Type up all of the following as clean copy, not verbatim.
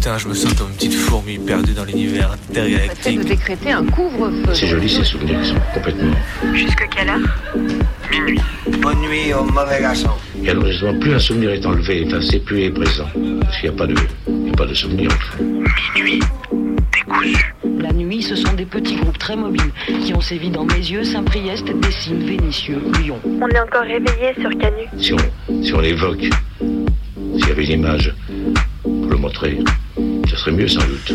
Putain, je me sens comme une petite fourmi perdue dans l'univers intergalactique. De décréter un couvre-feu. C'est joli ces souvenirs qui sont complètement... Jusque quelle heure? Minuit. Bonne nuit au mauvais garçon. Et alors justement, plus un souvenir est enlevé, c'est plus il est présent. Parce qu'il n'y a pas de souvenir en fait. Minuit. Décousu. La nuit, ce sont des petits groupes très mobiles qui ont sévi dans Mézieux, Saint-Priest, Dessines, Vénissieux, Lyon. On est encore réveillé sur Canu. Si on l'évoque, s'il y avait une image pour le montrer, ça serait mieux sans doute.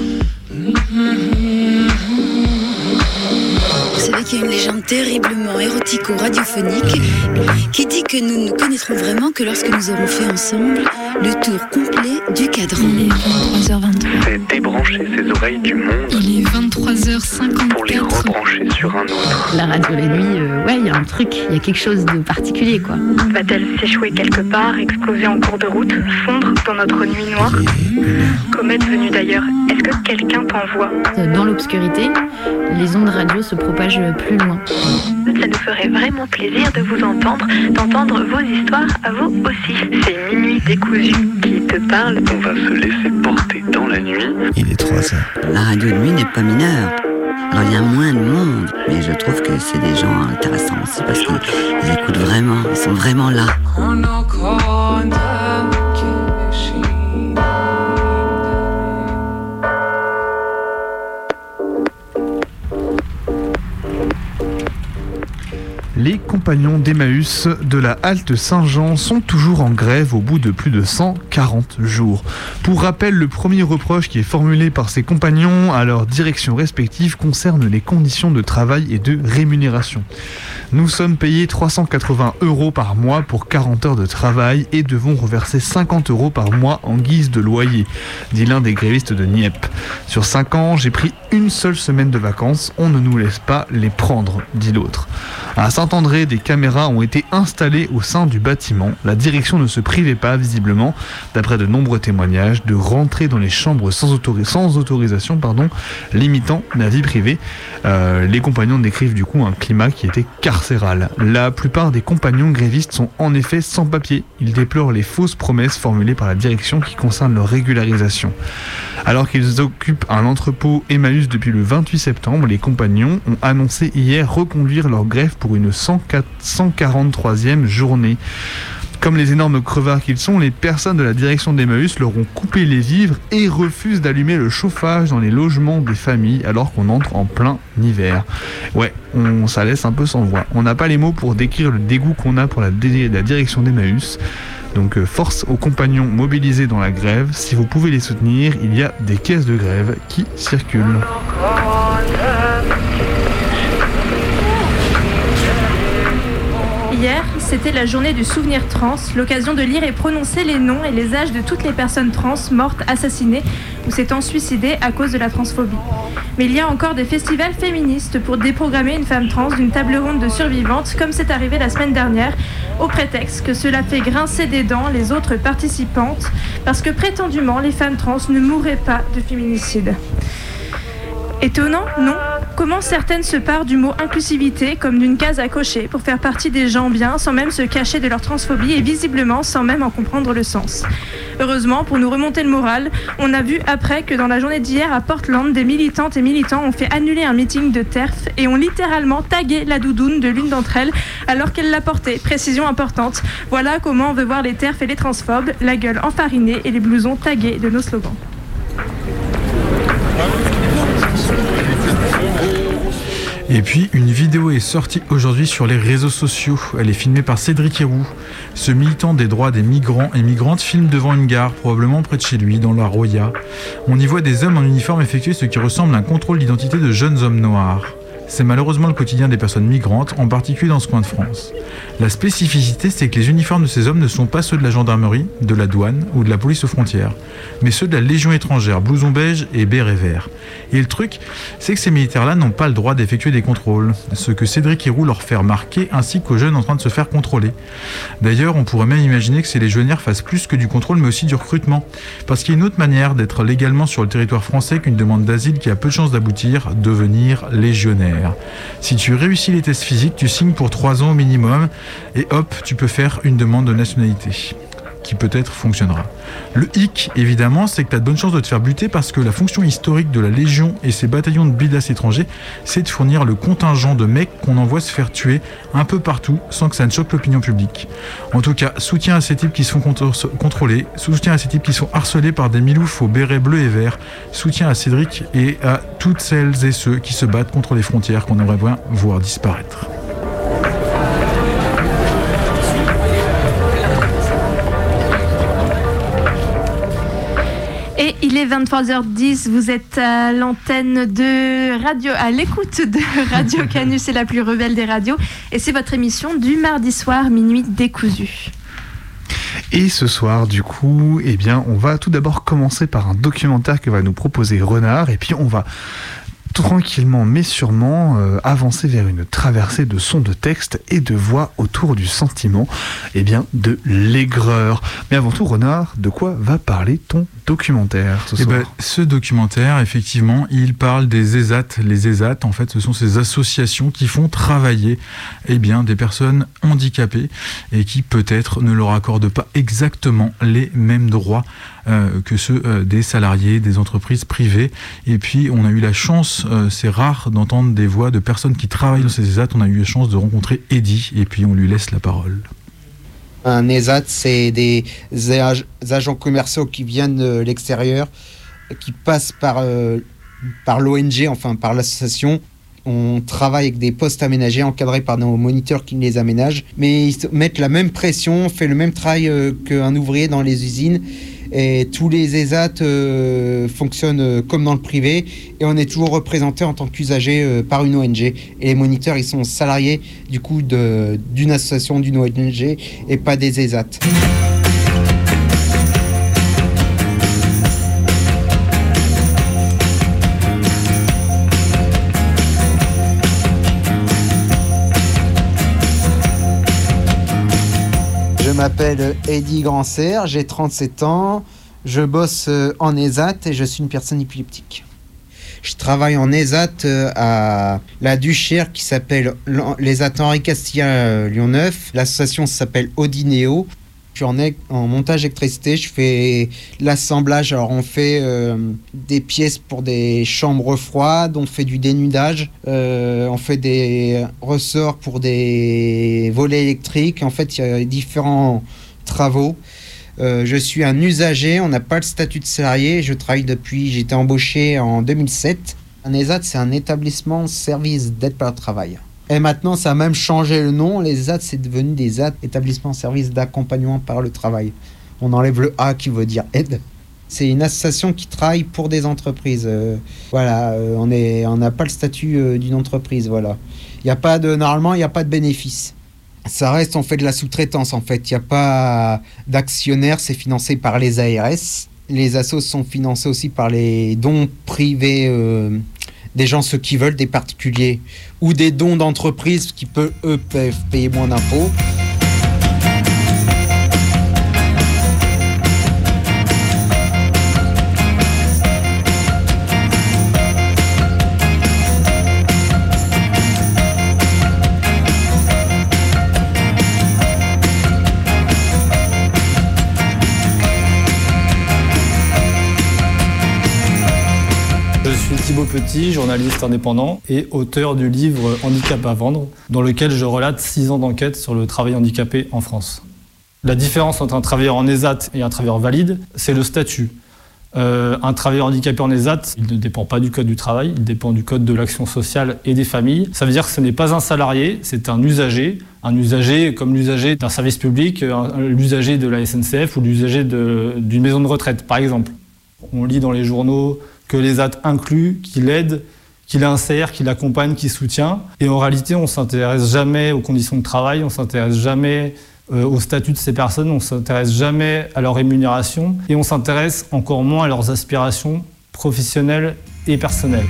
Vous savez qu'il y a une légende terriblement érotico-radiophonique qui dit que nous ne nous connaîtrons vraiment que lorsque nous aurons fait ensemble le tour complet du cadran. Il est 23h23. C'est débrancher ses oreilles du monde. Il est 23h54. Pour les rebrancher sur un autre. La radio la nuit, il y a un truc, il y a quelque chose de particulier, quoi. Va-t-elle s'échouer quelque part, exploser en cours de route, fondre dans notre nuit noire? Comète venue d'ailleurs, est-ce que quelqu'un t'envoie? Dans l'obscurité, les ondes radio se propagent plus loin. Ça nous ferait vraiment plaisir de vous entendre, d'entendre vos histoires à vous aussi. C'est Minuit décousu qui te parle. On va se laisser porter dans la nuit. Il est 3h. La radio de nuit n'est pas mineure. Alors il y a moins de monde, mais je trouve que c'est des gens intéressants aussi parce qu'ils écoutent vraiment, ils sont vraiment là. Les compagnons d'Emmaüs de la halte Saint-Jean sont toujours en grève au bout de plus de 140 jours. Pour rappel, le premier reproche qui est formulé par ces compagnons à leurs directions respectives concerne les conditions de travail et de rémunération. Nous sommes payés 380 € par mois pour 40 heures de travail et devons reverser 50 € par mois en guise de loyer, dit l'un des grévistes de Nieppe. Sur 5 ans, j'ai pris une seule semaine de vacances, on ne nous laisse pas les prendre, dit l'autre. À Saint-André, des caméras ont été installées au sein du bâtiment. La direction ne se privait pas, visiblement, d'après de nombreux témoignages, de rentrer dans les chambres sans autorisation, limitant la vie privée. Les compagnons décrivent du coup un climat qui était carcéral. La plupart des compagnons grévistes sont en effet sans papier. Ils déplorent les fausses promesses formulées par la direction qui concernent leur régularisation. Alors qu'ils occupent un entrepôt Emmaüs depuis le 28 septembre, les compagnons ont annoncé hier reconduire leur grève pour une 143e journée. Comme les énormes crevards qu'ils sont, les personnes de la direction d'Emmaüs leur ont coupé les vivres et refusent d'allumer le chauffage dans les logements des familles alors qu'on entre en plein hiver. Ouais, ça laisse un peu sans voix. On n'a pas les mots pour décrire le dégoût qu'on a pour la direction d'Emmaüs. Donc force aux compagnons mobilisés dans la grève. Si vous pouvez les soutenir, il y a des caisses de grève qui circulent. Hier, c'était la journée du souvenir trans, l'occasion de lire et prononcer les noms et les âges de toutes les personnes trans mortes, assassinées ou s'étant suicidées à cause de la transphobie. Mais il y a encore des festivals féministes pour déprogrammer une femme trans d'une table ronde de survivantes, comme c'est arrivé la semaine dernière, au prétexte que cela fait grincer des dents les autres participantes, parce que prétendument les femmes trans ne mourraient pas de féminicide. Étonnant, non? Comment certaines se parent du mot inclusivité comme d'une case à cocher pour faire partie des gens bien sans même se cacher de leur transphobie et visiblement sans même en comprendre le sens. Heureusement, pour nous remonter le moral, on a vu après que dans la journée d'hier à Portland, des militantes et militants ont fait annuler un meeting de TERF et ont littéralement tagué la doudoune de l'une d'entre elles alors qu'elle la portait. Précision importante, voilà comment on veut voir les TERF et les transphobes, la gueule enfarinée et les blousons tagués de nos slogans. Et puis, une vidéo est sortie aujourd'hui sur les réseaux sociaux. Elle est filmée par Cédric Héroux. Ce militant des droits des migrants et migrantes filme devant une gare, probablement près de chez lui, dans la Roya. On y voit des hommes en uniforme effectuer ce qui ressemble à un contrôle d'identité de jeunes hommes noirs. C'est malheureusement le quotidien des personnes migrantes, en particulier dans ce coin de France. La spécificité, c'est que les uniformes de ces hommes ne sont pas ceux de la gendarmerie, de la douane ou de la police aux frontières, mais ceux de la Légion étrangère, blouson beige et béret vert. Et le truc, c'est que ces militaires-là n'ont pas le droit d'effectuer des contrôles, ce que Cédric Héroux leur fait remarquer, ainsi qu'aux jeunes en train de se faire contrôler. D'ailleurs, on pourrait même imaginer que ces légionnaires fassent plus que du contrôle, mais aussi du recrutement, parce qu'il y a une autre manière d'être légalement sur le territoire français qu'une demande d'asile qui a peu de chances d'aboutir, devenir légionnaire. Si tu réussis les tests physiques, tu signes pour 3 ans au minimum et hop, tu peux faire une demande de nationalité. qui peut-être fonctionnera. Le hic, évidemment, c'est que tu as de bonnes chances de te faire buter parce que la fonction historique de la Légion et ses bataillons de bidas étrangers, c'est de fournir le contingent de mecs qu'on envoie se faire tuer un peu partout sans que ça ne choque l'opinion publique. En tout cas, soutien à ces types qui se font contrôler, soutien à ces types qui sont harcelés par des miloufs aux bérets bleus et verts, soutien à Cédric et à toutes celles et ceux qui se battent contre les frontières qu'on aimerait bien voir disparaître. Et il est 23h10, vous êtes à l'antenne de radio, à l'écoute de Radio Canus, c'est la plus rebelle des radios, et c'est votre émission du mardi soir, minuit décousu. Et ce soir, du coup, eh bien, on va tout d'abord commencer par un documentaire que va nous proposer Renard, et puis on va tranquillement mais sûrement avancer vers une traversée de sons de texte et de voix autour du sentiment, eh bien, de l'aigreur. Mais avant tout, Renard, de quoi va parler ton documentaire ce soir ? Ce documentaire, effectivement, il parle des ESAT. Les ESAT, en fait, ce sont ces associations qui font travailler des personnes handicapées et qui peut-être ne leur accordent pas exactement les mêmes droits que ceux des salariés, des entreprises privées. Et puis, on a eu la chance, c'est rare d'entendre des voix de personnes qui travaillent dans ces ESAT. On a eu la chance de rencontrer Eddy, et puis on lui laisse la parole. Un ESAT, c'est des agents commerciaux qui viennent de l'extérieur, qui passent par l'ONG, enfin par l'association. On travaille avec des postes aménagés, encadrés par nos moniteurs qui les aménagent. Mais ils mettent la même pression, on fait le même travail qu'un ouvrier dans les usines. Et tous les ESAT fonctionnent comme dans le privé. Et on est toujours représenté en tant qu'usager par une ONG. Et les moniteurs, ils sont salariés du coup d'une association, d'une ONG, et pas des ESAT. Je m'appelle Eddy Grandserre, j'ai 37 ans, je bosse en ESAT et je suis une personne épileptique. Je travaille en ESAT à la Duchère qui s'appelle l'ESAT Henri Castilla Lyon 9. L'association s'appelle Odineo. Je suis en montage électricité, je fais l'assemblage. Alors on fait des pièces pour des chambres froides, on fait du dénudage, on fait des ressorts pour des volets électriques. En fait, il y a différents travaux. Je suis un usager, on n'a pas le statut de salarié. J'ai été embauché en 2007. Un ESAT, c'est un établissement service d'aide par le travail. Et maintenant, ça a même changé le nom. Les ESAT, c'est devenu des ESAT, établissements service d'accompagnement par le travail. On enlève le A qui veut dire aide. C'est une association qui travaille pour des entreprises. On n'a pas le statut d'une entreprise. Voilà. Normalement, il n'y a pas de bénéfice. Ça reste, on fait de la sous-traitance en fait. Il n'y a pas d'actionnaire, c'est financé par les ARS. Les assos sont financés aussi par les dons privés des gens, ceux qui veulent, des particuliers, ou des dons d'entreprises qui peuvent payer moins d'impôts. Je suis Thibaut Petit, journaliste indépendant et auteur du livre Handicap à vendre, dans lequel je relate 6 ans d'enquête sur le travail handicapé en France. La différence entre un travailleur en ESAT et un travailleur valide, c'est le statut. Un travailleur handicapé en ESAT, il ne dépend pas du code du travail, il dépend du code de l'action sociale et des familles. Ça veut dire que ce n'est pas un salarié, c'est un usager comme l'usager d'un service public, l'usager de la SNCF ou l'usager d'une maison de retraite, par exemple. On lit dans les journaux que l'ESAT inclut, qu'il aide, qu'il insère, qu'il accompagne, qu'il soutient. Et en réalité, on ne s'intéresse jamais aux conditions de travail, on ne s'intéresse jamais au statut de ces personnes, on ne s'intéresse jamais à leur rémunération et on s'intéresse encore moins à leurs aspirations professionnelles et personnelles.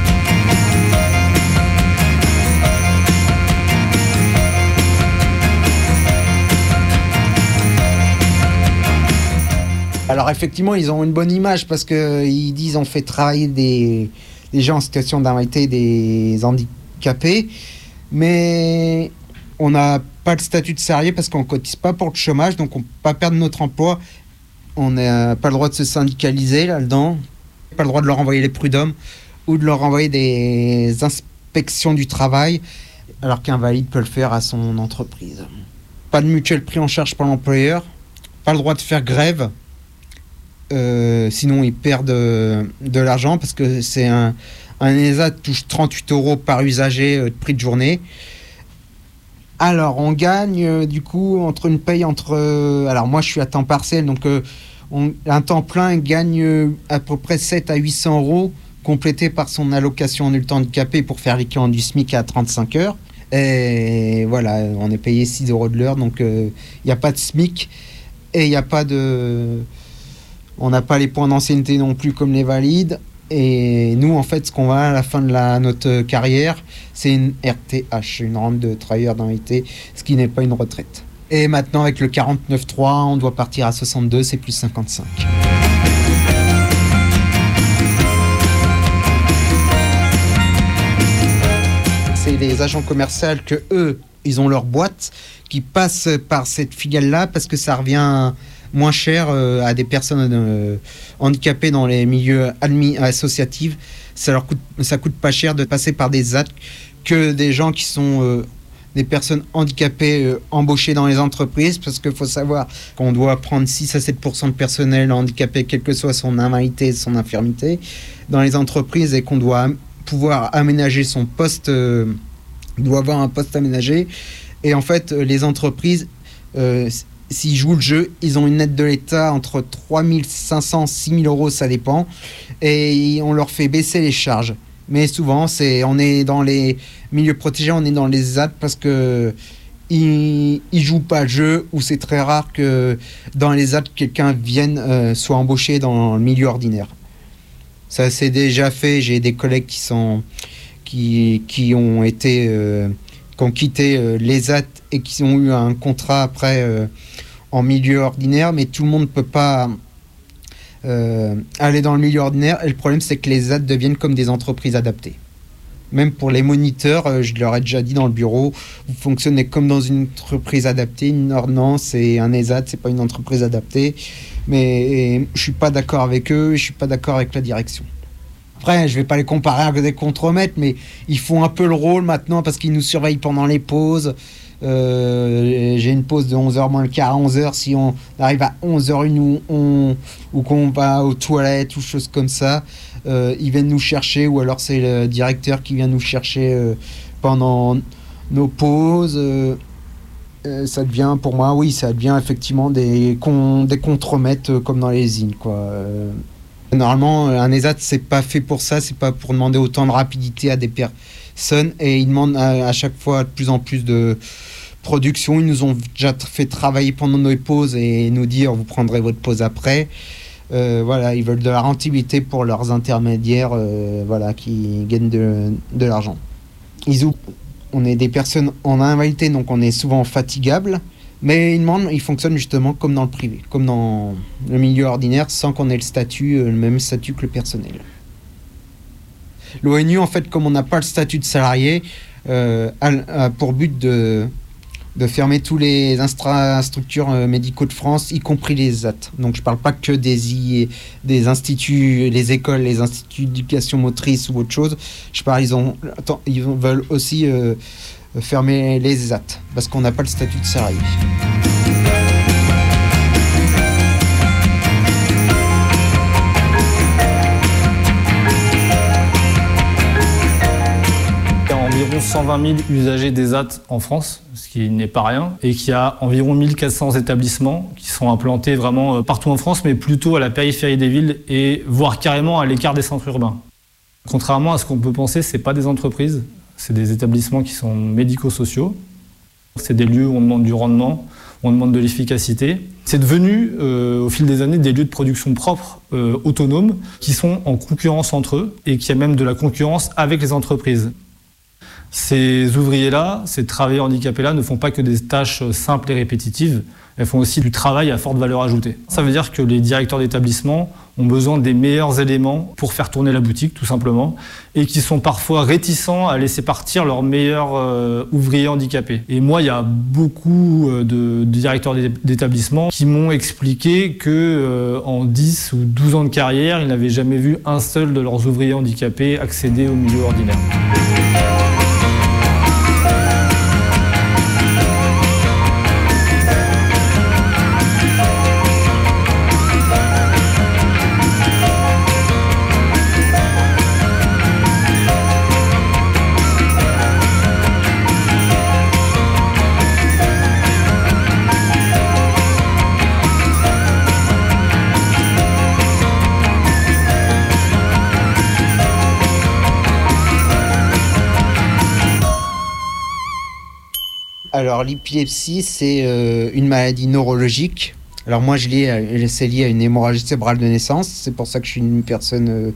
Alors effectivement, ils ont une bonne image parce qu'ils disent on fait travailler des gens en situation d'invalidité, des handicapés, mais on a pas le statut de salarié parce qu'on ne cotise pas pour le chômage, donc on ne peut pas perdre notre emploi. On n'a pas le droit de se syndicaliser là-dedans, pas le droit de leur envoyer les prud'hommes ou de leur envoyer des inspections du travail, alors qu'un valide peut le faire à son entreprise. Pas de mutuelle pris en charge par l'employeur, pas le droit de faire grève, sinon ils perdent de l'argent parce que c'est un ESAT touche 38 € par usager de prix de journée. Alors on gagne du coup alors moi je suis à temps partiel, donc un temps plein gagne à peu près 7 à 800 €, complété par son allocation en ultra handicapé pour faire l'équivalent du SMIC à 35 heures. Et voilà, on est payé 6 € de l'heure, donc il n'y a pas de SMIC et il n'y a pas de... On n'a pas les points d'ancienneté non plus comme les valides. Et nous, en fait, ce qu'on va à la fin de notre carrière, c'est une RTH, une rente de travailleur d'invalidité, ce qui n'est pas une retraite. Et maintenant, avec le 49.3, on doit partir à 62, c'est plus 55. C'est les agents commerciaux que eux, ils ont leur boîte qui passe par cette filiale-là parce que ça revient moins cher à des personnes handicapées dans les milieux associatifs. Ça coûte pas cher de passer par des ZAD que des gens qui sont des personnes handicapées embauchées dans les entreprises, parce qu'il faut savoir qu'on doit prendre 6 à 7% de personnel handicapé, quelle que soit son invalidité et son infirmité, dans les entreprises, et qu'on doit pouvoir aménager son poste, doit avoir un poste aménagé. Et en fait, les entreprises... s'ils jouent le jeu, ils ont une aide de l'État entre 3 500 et 6 000 €, ça dépend, et on leur fait baisser les charges. Mais souvent, on est dans les milieux protégés, on est dans les ZAD parce que ils jouent pas le jeu, ou c'est très rare que dans les ZAD, quelqu'un soit embauché dans le milieu ordinaire. Ça s'est déjà fait, j'ai des collègues qui ont quitté les ZAD et qui ont eu un contrat après en milieu ordinaire, mais tout le monde ne peut pas aller dans le milieu ordinaire. Et le problème, c'est que les ZAD deviennent comme des entreprises adaptées. Même pour les moniteurs, je leur ai déjà dit dans le bureau, vous fonctionnez comme dans une entreprise adaptée. Non, c'est un ESAD, c'est pas une entreprise adaptée. Mais je suis pas d'accord avec eux, je suis pas d'accord avec la direction. Après, je vais pas les comparer avec des contremaîtres, mais ils font un peu le rôle maintenant parce qu'ils nous surveillent pendant les pauses. J'ai une pause de 11h moins le quart à 11h. Si on arrive à 11h01 ou qu'on va aux toilettes ou choses comme ça, ils viennent nous chercher, ou alors c'est le directeur qui vient nous chercher pendant nos pauses. Ça devient, pour moi, ça devient effectivement des contremaîtres comme dans les usines, quoi. Normalement, un ESAT, c'est pas fait pour ça, c'est pas pour demander autant de rapidité à des personnes, et ils demandent à chaque fois de plus en plus de production. Ils nous ont déjà fait travailler pendant nos pauses et nous dire vous prendrez votre pause après. Ils veulent de la rentabilité pour leurs intermédiaires, qui gagnent de l'argent. On est des personnes en invalidité, donc on est souvent fatigables. Mais ils fonctionnent justement comme dans le privé, comme dans le milieu ordinaire, sans qu'on ait le même statut que le personnel. L'ONU, en fait, comme on n'a pas le statut de salarié, a pour but de fermer tous les infrastructures médicaux de France, y compris les ZAT. Donc je ne parle pas que des instituts, les écoles, les instituts d'éducation motrice ou autre chose. Je parle, ils veulent aussi... fermer les ZAT parce qu'on n'a pas le statut de salarié. Il y a environ 120 000 usagers des ZAT en France, ce qui n'est pas rien, et qu'il y a environ 1400 établissements qui sont implantés vraiment partout en France, mais plutôt à la périphérie des villes et voire carrément à l'écart des centres urbains. Contrairement à ce qu'on peut penser, ce n'est pas des entreprises. C'est des établissements qui sont médico-sociaux. C'est des lieux où on demande du rendement, où on demande de l'efficacité. C'est devenu, au fil des années, des lieux de production propres, autonomes, qui sont en concurrence entre eux et qui a même de la concurrence avec les entreprises. Ces ouvriers-là, ces travailleurs handicapés-là ne font pas que des tâches simples et répétitives. elles font aussi du travail à forte valeur ajoutée. Ça veut dire que les directeurs d'établissement ont besoin des meilleurs éléments pour faire tourner la boutique, tout simplement, et qui sont parfois réticents à laisser partir leurs meilleurs ouvriers handicapés. Et moi, il y a beaucoup de directeurs d'établissement qui m'ont expliqué qu'en 10 ou 12 ans de carrière, ils n'avaient jamais vu un seul de leurs ouvriers handicapés accéder au milieu ordinaire. Alors l'épilepsie, c'est une maladie neurologique. Alors moi, c'est lié à une hémorragie cérébrale de naissance. C'est pour ça que je suis une personne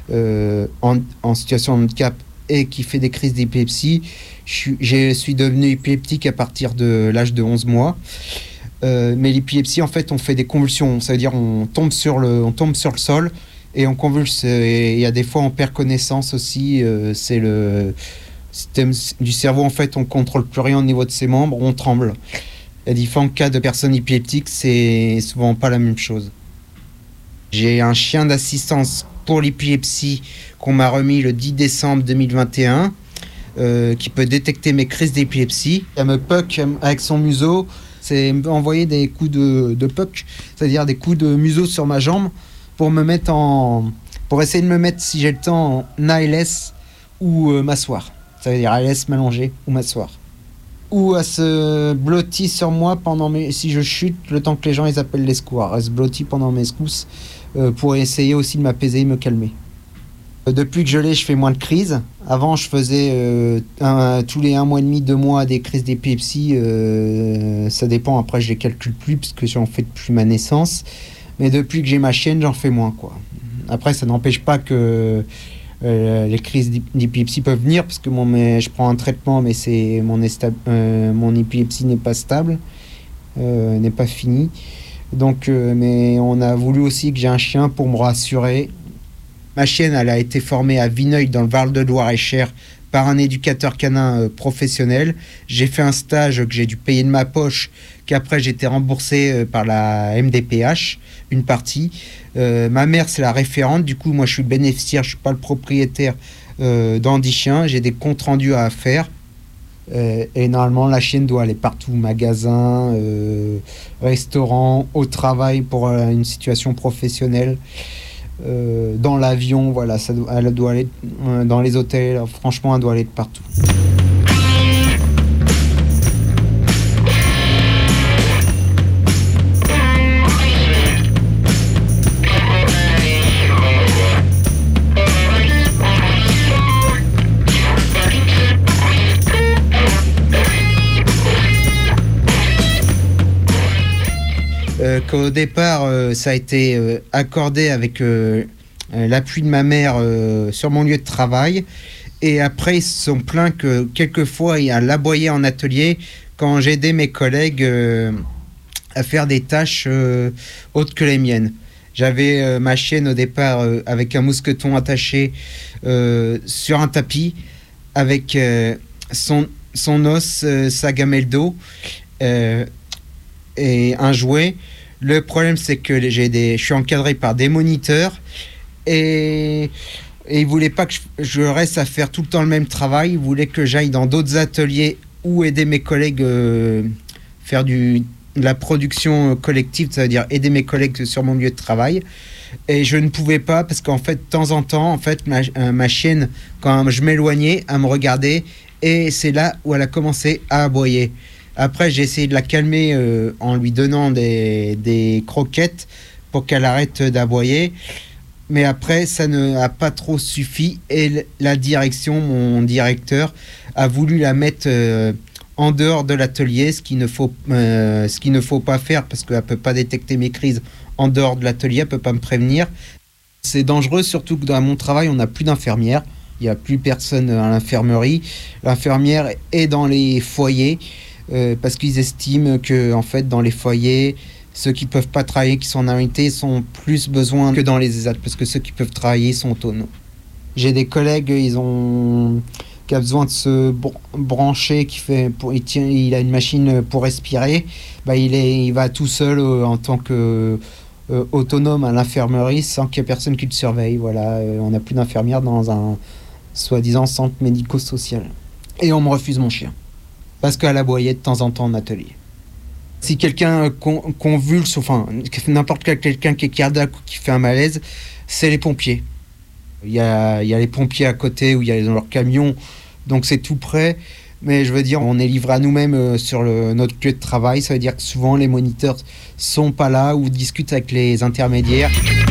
en situation de handicap et qui fait des crises d'épilepsie. Je suis devenu épileptique à partir de l'âge de 11 mois. Mais l'épilepsie, en fait, on fait des convulsions. Ça veut dire on tombe sur le sol et on convulse. Et il y a des fois, on perd connaissance aussi. C'est le système du cerveau, en fait, on contrôle plus rien au niveau de ses membres, on tremble. Il y a différents cas de personnes épileptiques, c'est souvent pas la même chose. J'ai un chien d'assistance pour l'épilepsie qu'on m'a remis le 10 décembre 2021, qui peut détecter mes crises d'épilepsie. Elle me puck avec son museau, c'est envoyer des coups de puck, c'est-à-dire des coups de museau sur ma jambe pour essayer de me mettre, si j'ai le temps, en ALS ou m'asseoir. Ça veut dire ALS, m'allonger ou m'asseoir. Ou à se blottir sur moi si je chute, le temps que les gens ils appellent les secours. Elle se blottit pendant mes secousses pour essayer aussi de m'apaiser et me calmer. Depuis que je l'ai, je fais moins de crises. Avant, je faisais tous les 1 mois et demi, 2 mois des crises d'épilepsie. Ça dépend, après je les calcule plus parce que j'en fais depuis ma naissance. Mais depuis que j'ai ma chienne, j'en fais moins, quoi. Après, ça n'empêche pas que les crises d'épilepsie peuvent venir parce que je prends un traitement, mais mon épilepsie n'est pas stable, n'est pas finie. Donc, mais on a voulu aussi que j'ai un chien pour me rassurer. Ma chienne, elle a été formée à Vineuil dans le Val de Loire-et-Cher par un éducateur canin professionnel. J'ai fait un stage que j'ai dû payer de ma poche, qu'après j'ai été remboursé par la MDPH, une partie. Ma mère, c'est la référente, du coup moi je suis le bénéficiaire, je suis pas le propriétaire d'Andy Chien, j'ai des comptes rendus à faire. Et normalement la chienne doit aller partout, magasin, restaurant, au travail pour une situation professionnelle. Dans l'avion, voilà, elle doit aller dans les hôtels, franchement elle doit aller de partout. Qu'au départ, ça a été accordé avec l'appui de ma mère sur mon lieu de travail. Et après, ils se sont plaints que quelquefois, il y a l'aboyer en atelier quand j'aidais mes collègues à faire des tâches autres que les miennes. J'avais ma chienne au départ avec un mousqueton attaché sur un tapis avec son os, sa gamelle d'eau et un jouet. Le problème, c'est que je suis encadré par des moniteurs et ils voulaient pas que je reste à faire tout le temps le même travail. Ils voulaient que j'aille dans d'autres ateliers ou aider mes collègues faire de la production collective, ça veut dire aider mes collègues sur mon lieu de travail. Et je ne pouvais pas parce qu'en fait, de temps en temps, en fait, ma chienne, quand je m'éloignais, elle me regardait et c'est là où elle a commencé à aboyer. Après, j'ai essayé de la calmer en lui donnant des croquettes pour qu'elle arrête d'aboyer. Mais après, ça n'a pas trop suffi. Et la direction, mon directeur, a voulu la mettre en dehors de l'atelier, ce qu'il ne faut pas faire parce qu'elle ne peut pas détecter mes crises en dehors de l'atelier, elle ne peut pas me prévenir. C'est dangereux, surtout que dans mon travail, on n'a plus d'infirmière. Il n'y a plus personne à l'infirmerie. L'infirmière est dans les foyers. parce qu'ils estiment que en fait dans les foyers, ceux qui peuvent pas travailler, qui sont en minorité, sont plus besoin que dans les ESAT, parce que ceux qui peuvent travailler sont autonomes. J'ai des collègues, qui ont besoin de se brancher, il a une machine pour respirer, il va tout seul en tant que autonome à l'infirmerie sans qu'il y ait personne qui le surveille. Voilà, on n'a plus d'infirmière dans un soi-disant centre médico-social. Et on me refuse mon chien, parce qu'elle aboyait de temps en temps en atelier. Si quelqu'un convulse, enfin n'importe quel quelqu'un qui est cardiaque ou qui fait un malaise, c'est les pompiers. Il y a les pompiers à côté où il y a leur camion, donc c'est tout près. Mais je veux dire, on est livré à nous-mêmes sur notre lieu de travail. Ça veut dire que souvent les moniteurs sont pas là ou discutent avec les intermédiaires.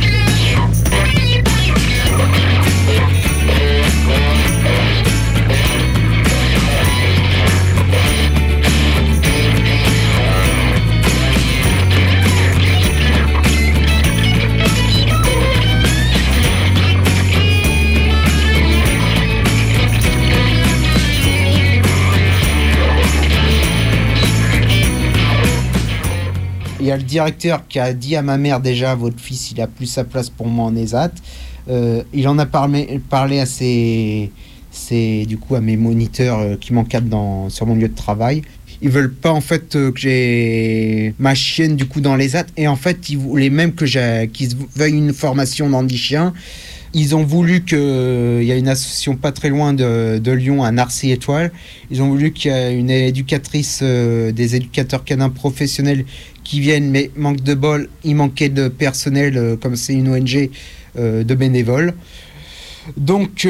Il y a le directeur qui a dit à ma mère déjà, votre fils, il a plus sa place pour moi en ESAT. Il en a parlé à à mes moniteurs qui m'encadrent sur mon lieu de travail. Ils veulent pas en fait que j'ai ma chienne du coup dans l'ESAT, et en fait ils voulaient même qu'ils veuillent une formation d'handi-chien. Ils ont voulu qu'il y a une association pas très loin de Lyon, à Narcy-Étoile. Ils ont voulu qu'il y ait une éducatrice, des éducateurs canins professionnels qui viennent, mais manque de bol, il manquait de personnel, comme c'est une ONG, de bénévoles. Donc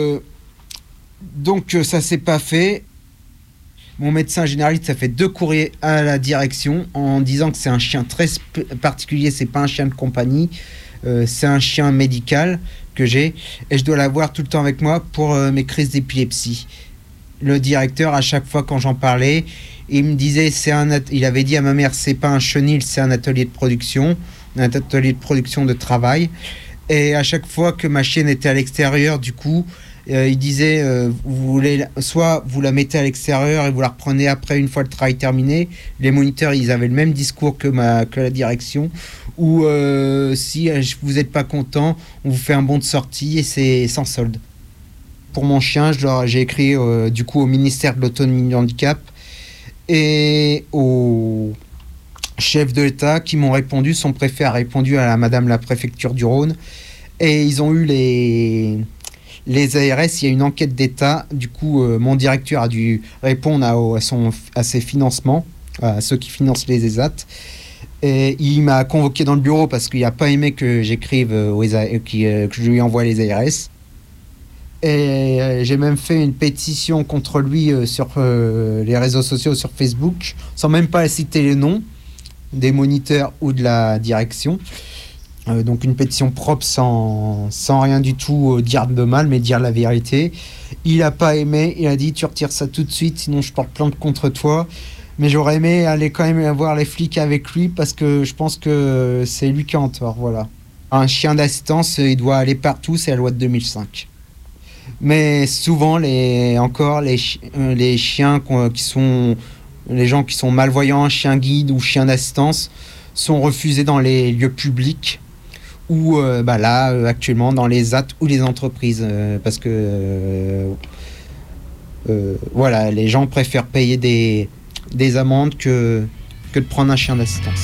ça s'est pas fait. Mon médecin généraliste a fait 2 courriers à la direction en disant que c'est un chien très particulier, c'est pas un chien de compagnie, c'est un chien médical que j'ai, et je dois l'avoir tout le temps avec moi pour mes crises d'épilepsie. Le directeur, à chaque fois quand j'en parlais, il me disait, il avait dit à ma mère, c'est pas un chenil, c'est un atelier de production, de travail. Et à chaque fois que ma chienne était à l'extérieur, du coup, il disait, soit vous la mettez à l'extérieur et vous la reprenez après une fois le travail terminé. Les moniteurs, ils avaient le même discours que la direction. Ou si vous n'êtes pas content, on vous fait un bon de sortie et c'est sans solde. Pour mon chien, j'ai écrit du coup au ministère de l'autonomie du handicap et au chef de l'État qui m'ont répondu. Son préfet a répondu à madame la préfecture du Rhône, et ils ont eu les ARS. Il y a une enquête d'État. Du coup, mon directeur a dû répondre à ses financements, à ceux qui financent les ESAT. Et il m'a convoqué dans le bureau parce qu'il n'a pas aimé que j'écrive que je lui envoie les ARS. Et j'ai même fait une pétition contre lui sur les réseaux sociaux, sur Facebook, sans même pas citer les noms des moniteurs ou de la direction. Donc une pétition propre, sans rien du tout dire de mal, mais dire la vérité. Il n'a pas aimé, il a dit tu retires ça tout de suite, sinon je porte plainte contre toi. Mais j'aurais aimé aller quand même voir les flics avec lui, parce que je pense que c'est lui qui est en tort, voilà. Un chien d'assistance, il doit aller partout, c'est la loi de 2005. Mais souvent, les chiens qui sont... Les gens qui sont malvoyants, chiens guides ou chiens d'assistance, sont refusés dans les lieux publics ou actuellement dans les ZAT ou les entreprises. Parce que les gens préfèrent payer des amendes que de prendre un chien d'assistance.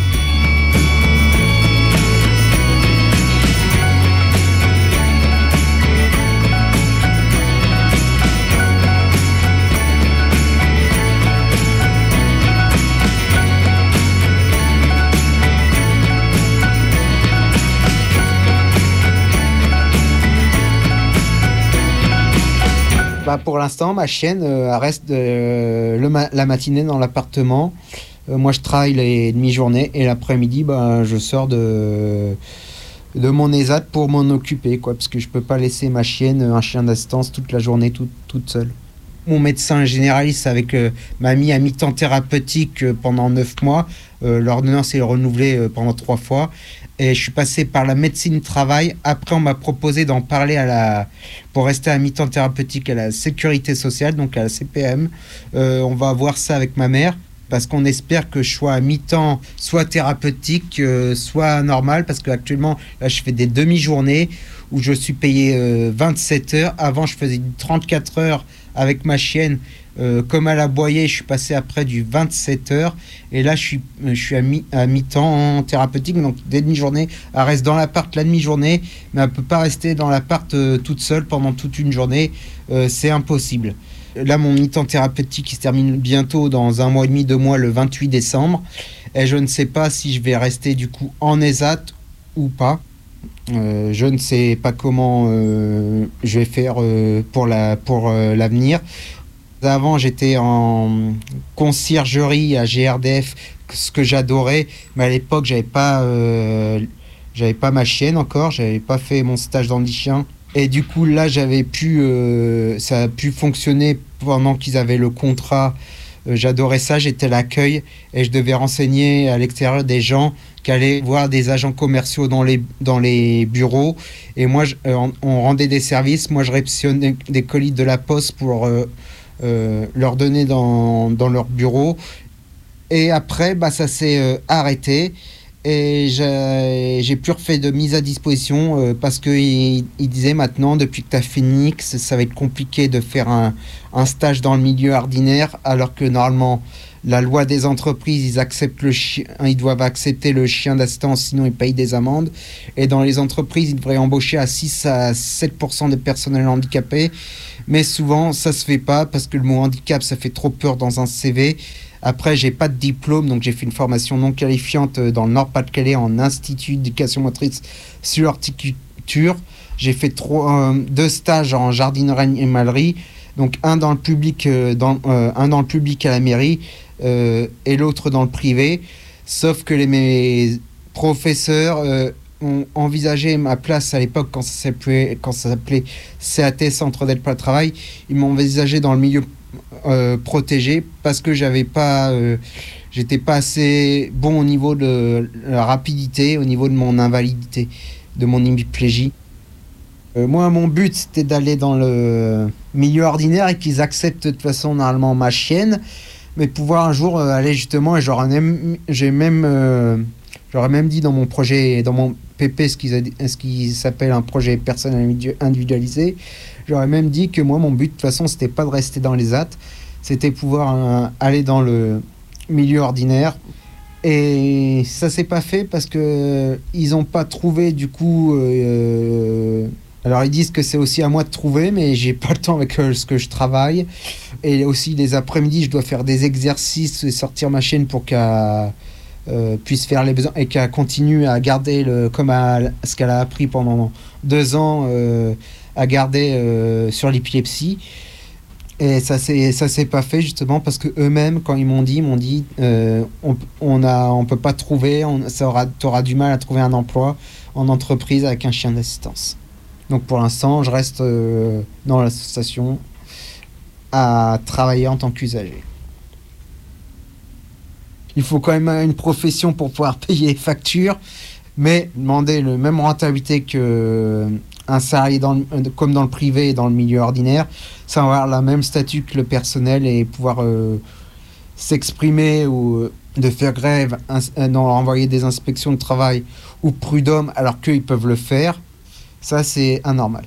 Pour l'instant, ma chienne reste la matinée dans l'appartement. Moi, je travaille les demi-journées et l'après-midi, je sors de mon ESAT pour m'en occuper, parce que je peux pas laisser ma chienne, un chien d'assistance, toute la journée toute seule. Mon médecin généraliste m'a mis à mi-temps thérapeutique pendant 9 mois L'ordonnance est renouvelée pendant 3 fois. Et je suis passé par la médecine du travail. Après, on m'a proposé d'en parler pour rester à mi-temps thérapeutique à la sécurité sociale, donc à la CPM. On va voir ça avec ma mère, parce qu'on espère que je sois à mi-temps, soit thérapeutique, soit normal, parce qu'actuellement, là, je fais des demi-journées où je suis payé 27 heures. Avant, je faisais 34 heures avec ma chienne. Comme à la Boyer, je suis passé après du 27 heures. Et là, je suis à mi-temps thérapeutique. Donc, des demi-journées. Elle reste dans l'appart la demi-journée, mais elle ne peut pas rester dans l'appart toute seule pendant toute une journée. C'est impossible. Là, mon mi-temps thérapeutique, il se termine bientôt dans 1 mois et demi, 2 mois, le 28 décembre. Et je ne sais pas si je vais rester du coup en ESAT ou pas. Je ne sais pas comment je vais faire pour l'avenir. Avant, j'étais en conciergerie à GRDF, ce que j'adorais, mais à l'époque, j'avais pas ma chienne encore, j'avais pas fait mon stage dans le chien. Et du coup, là, ça a pu fonctionner pendant qu'ils avaient le contrat. J'adorais ça, j'étais à l'accueil et je devais renseigner à l'extérieur des gens qui allaient voir des agents commerciaux dans les bureaux. Et moi, on rendait des services. Moi, je réceptionnais des colis de la poste pour leur donner dans leur bureau. Et après, ça s'est arrêté. Et j'ai plus refait de mise à disposition parce qu'il disait maintenant, depuis que tu as fini, que ça va être compliqué de faire un stage dans le milieu ordinaire, alors que normalement, la loi des entreprises, ils doivent accepter le chien d'assistance, sinon ils payent des amendes. Et dans les entreprises, ils devraient embaucher à 6 à 7% de personnel handicapé. Mais souvent, ça se fait pas parce que le mot handicap, ça fait trop peur dans un CV. Après, j'ai pas de diplôme, donc j'ai fait une formation non qualifiante dans le Nord-Pas-de-Calais en institut d'éducation motrice sur l'horticulture. J'ai fait 2 stages en jardinerie et animalerie, donc un dans le public, un dans le public à la mairie et l'autre dans le privé. Sauf que mes professeurs ont envisagé ma place à l'époque quand ça s'appelait CAT, Centre d'aide pour le travail. Ils m'ont envisagé dans le milieu protégé parce que j'étais pas assez bon au niveau de la rapidité, au niveau de mon invalidité, de mon hémiplégie. Moi, mon but, c'était d'aller dans le milieu ordinaire et qu'ils acceptent de toute façon normalement ma chienne, mais pouvoir un jour aller justement, et j'aurais même dit dans mon projet, dans mon PP, ce qui s'appelle un projet personnel individualisé, j'aurais même dit que moi, mon but, de toute façon, c'était pas de rester dans les AT, c'était pouvoir aller dans le milieu ordinaire. Et ça s'est pas fait parce que ils ont pas trouvé, du coup... alors, ils disent que c'est aussi à moi de trouver, mais j'ai pas le temps avec ce que je travaille. Et aussi, les après-midi, je dois faire des exercices et sortir ma chienne pour qu'elle puisse faire les besoins et qu'elle continue à garder ce qu'elle a appris pendant 2 ans à garder sur l'épilepsie. Et ça s'est pas fait justement parce que eux-mêmes, quand ils m'ont dit on peut pas trouver, t'auras du mal à trouver un emploi en entreprise avec un chien d'assistance. Donc pour l'instant, je reste dans l'association à travailler en tant qu'usager. Il faut quand même une profession pour pouvoir payer les factures, mais demander la même rentabilité qu'un salarié comme dans le privé et dans le milieu ordinaire, sans avoir le même statut que le personnel et pouvoir s'exprimer ou de faire grève, envoyer des inspections de travail ou prud'homme alors qu'ils peuvent le faire, ça c'est anormal.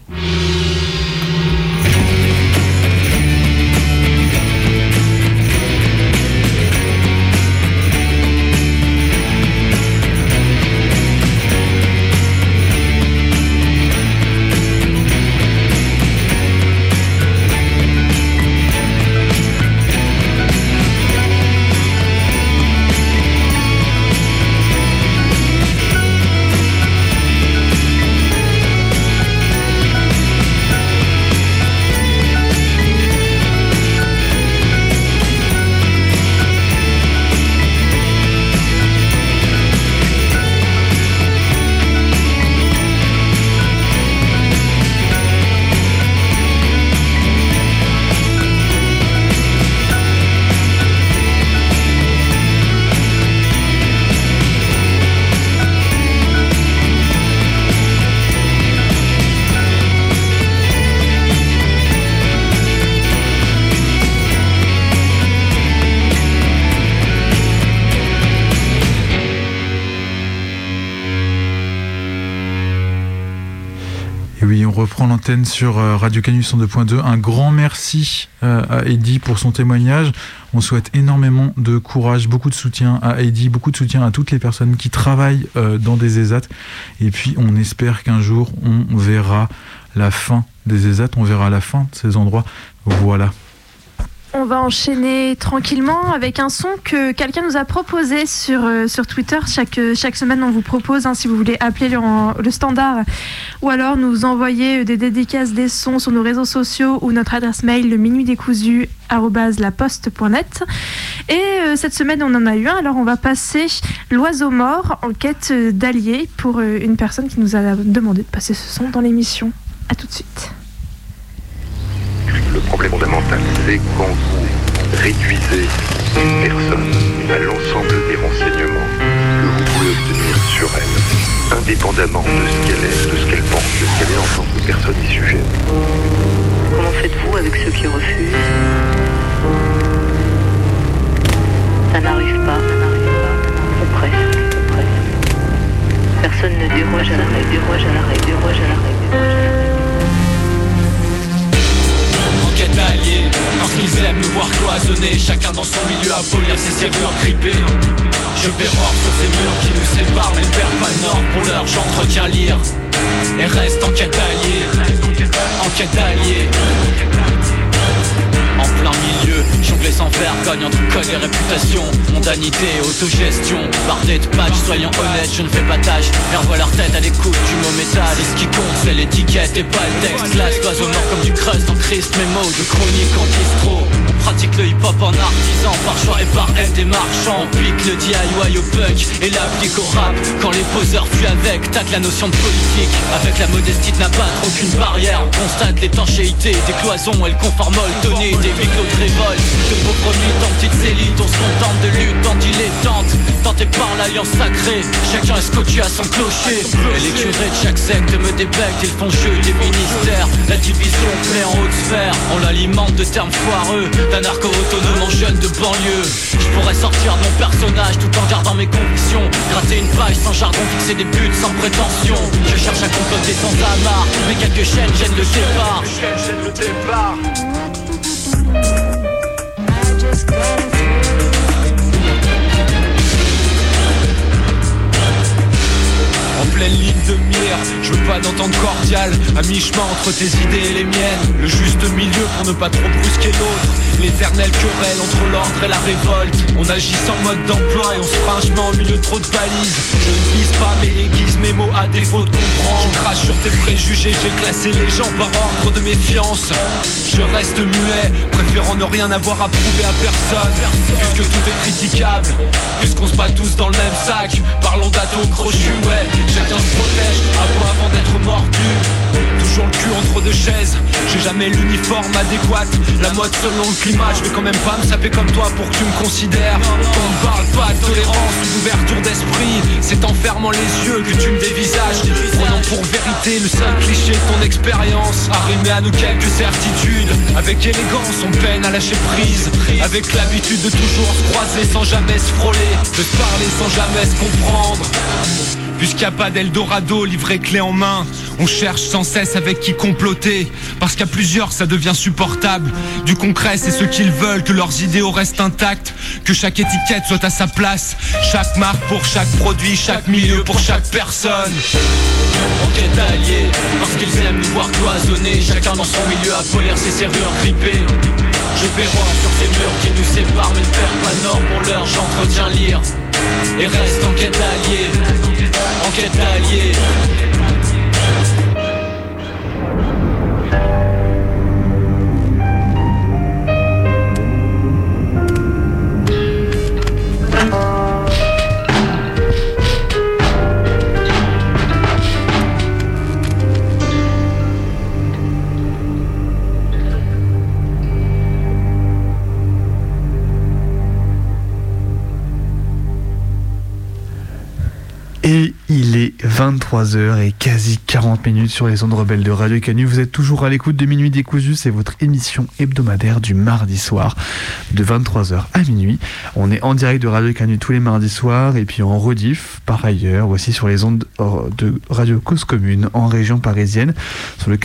Et oui, on reprend l'antenne sur Radio Canu 102.2. Un grand merci à Eddy pour son témoignage. On souhaite énormément de courage, beaucoup de soutien à Eddy, beaucoup de soutien à toutes les personnes qui travaillent dans des ESAT. Et puis on espère qu'un jour on verra la fin des ESAT, on verra la fin de ces endroits. Voilà. On va enchaîner tranquillement avec un son que quelqu'un nous a proposé sur Twitter. Chaque semaine, on vous propose, si vous voulez appeler le standard ou alors nous envoyer des dédicaces, des sons sur nos réseaux sociaux ou notre adresse mail, le minuitdécousu@laposte.net. Et cette semaine, on en a eu un. Alors, on va passer L'Oiseau mort en quête d'alliés pour une personne qui nous a demandé de passer ce son dans l'émission. À tout de suite. Le problème fondamental, c'est quand vous réduisez une personne à l'ensemble des renseignements que vous pouvez obtenir sur elle, indépendamment de ce qu'elle est, de ce qu'elle pense, de ce qu'elle est en tant que personne et sujet. Comment faites-vous avec ceux qui refusent? Ça n'arrive pas, ou presque. Personne ne déroge à la règle. Enquête d'alliés, parce qu'ils aiment nous voir cloisonnés, chacun dans son milieu à polir ses serrures grippées. Je pérore sur ces murs qui nous séparent, mais ne perdent pas le nord pour l'heure, j'entretiens lire. Et reste enquête d'alliés, en plein milieu, jongler sans vergogne entre code et réputation, mondanité, autogestion, bardé de patch, soyons honnêtes, je ne fais pas tâche. Merde voit leur tête à l'écoute du mot métal. Et ce qui compte c'est l'étiquette et pas le texte. Classe d'oiseau mort comme du crust en Christ, mes mots de chronique en distro. On pratique le hip-hop en artisan, par choix et par haine des marchands. On pique le DIY au punk et l'applique au rap. Quand les poseurs fuient avec, tac la notion de politique. Avec la modestie de n'abattre aucune barrière. On constate l'étanchéité des cloisons et le confort molletonné des biclos de révolte. De pauvres nuits en petites élites, on se contente de lutte dans dilettante. Tenté par l'alliance sacrée, chacun est scotché à son clocher. Et les curés de chaque secte me débectent, ils font jeu des ministères. La division plaît en haute sphère, on l'alimente de termes foireux. D'un arco autonome en jeune de banlieue. Je pourrais sortir de mon personnage tout en gardant mes convictions. Gratter une page sans jargon, fixer des buts sans prétention. Je cherche à comploter sans amarre, mais quelques chaînes gênent le départ. En pleine ligne de mire, je veux pas d'entente cordiale. À mi-chemin entre tes idées et les miennes, le juste milieu pour ne pas trop brusquer l'autre. L'éternelle querelle entre l'ordre et la révolte. On agit sans mode d'emploi et on se fera un chemin au milieu de trop de balises. Je ne vise pas mais aiguise mes mots à défaut de comprendre. Je crache sur tes préjugés, j'ai classé les gens par ordre de méfiance. Je reste muet, préférant ne rien avoir à prouver à personne. Puisque tout est critiquable, puisqu'on se bat tous dans le même sac. Parlons d'atomes crochus, ouais. Chacun se protège avant d'être mordu. Toujours le cul entre deux chaises. J'ai jamais l'uniforme adéquat. La mode selon le climat. Je vais quand même pas me saper comme toi pour que tu me considères. On ne parle pas de tolérance ou d'ouverture d'esprit. C'est en fermant les yeux que tu me dévisages. Prenant pour vérité le seul cliché de ton expérience. Arrimé à nos quelques certitudes. Avec élégance on peine à lâcher prise. Avec l'habitude de toujours se croiser sans jamais se frôler. De se parler sans jamais se comprendre. Puisqu'il n'y a pas d'Eldorado livré clé en main, on cherche sans cesse avec qui comploter. Parce qu'à plusieurs ça devient supportable. Du concret c'est ce qu'ils veulent, que leurs idéaux restent intacts. Que chaque étiquette soit à sa place. Chaque marque pour chaque produit, chaque milieu pour chaque personne. Enquête d'alliés, parce qu'ils aiment nous voir cloisonnés. Chacun dans son milieu à polir ses serrures grippées. Je pérore sur ces murs qui nous séparent, mais ne perd pas nord pour l'heure, j'entretiens lire. Et reste enquête d'alliés, enquête d'alliés. Et il est 23h et quasi 40 minutes sur les ondes rebelles de Radio Canu. Vous êtes toujours à l'écoute de Minuit Décousu, c'est votre émission hebdomadaire du mardi soir de 23h à minuit. On est en direct de Radio Canu tous les mardis soirs et puis en rediff par ailleurs aussi sur les ondes de Radio Cause Commune en région parisienne sur le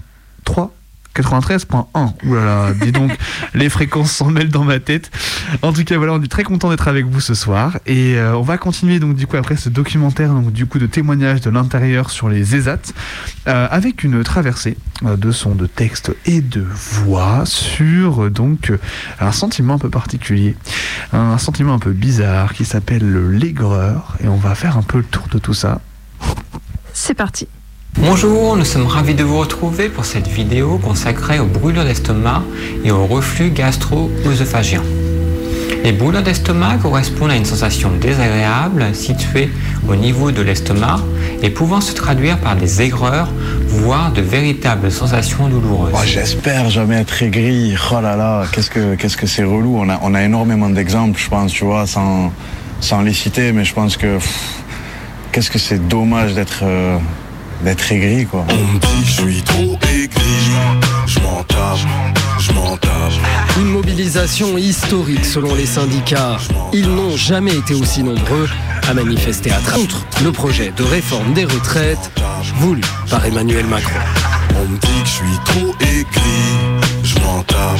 93.1. Oulala, dis donc, les fréquences s'en mêlent dans ma tête. En tout cas, voilà, on est très content d'être avec vous ce soir. Et on va continuer donc du coup après ce documentaire donc du coup de témoignages de l'intérieur sur les ESAT avec une traversée de sons, de textes et de voix sur donc un sentiment un peu particulier, un sentiment un peu bizarre qui s'appelle l'aigreur. Et on va faire un peu le tour de tout ça. C'est parti. Bonjour, nous sommes ravis de vous retrouver pour cette vidéo consacrée aux brûlures d'estomac et au reflux gastro-œsophagien. Les brûlures d'estomac correspondent à une sensation désagréable située au niveau de l'estomac et pouvant se traduire par des aigreurs, voire de véritables sensations douloureuses. Oh, j'espère jamais être aigri. Oh là là, qu'est-ce que c'est relou. On a énormément d'exemples, je pense, tu vois, sans les citer, mais je pense que qu'est-ce que c'est dommage d'être aigri, quoi. On me dit que je suis trop aigri, je m'en tape. Une mobilisation historique selon les syndicats. Ils n'ont jamais été aussi nombreux à manifester contre le projet de réforme des retraites voulu par Emmanuel Macron. On me dit que je suis trop aigri, je m'en tape.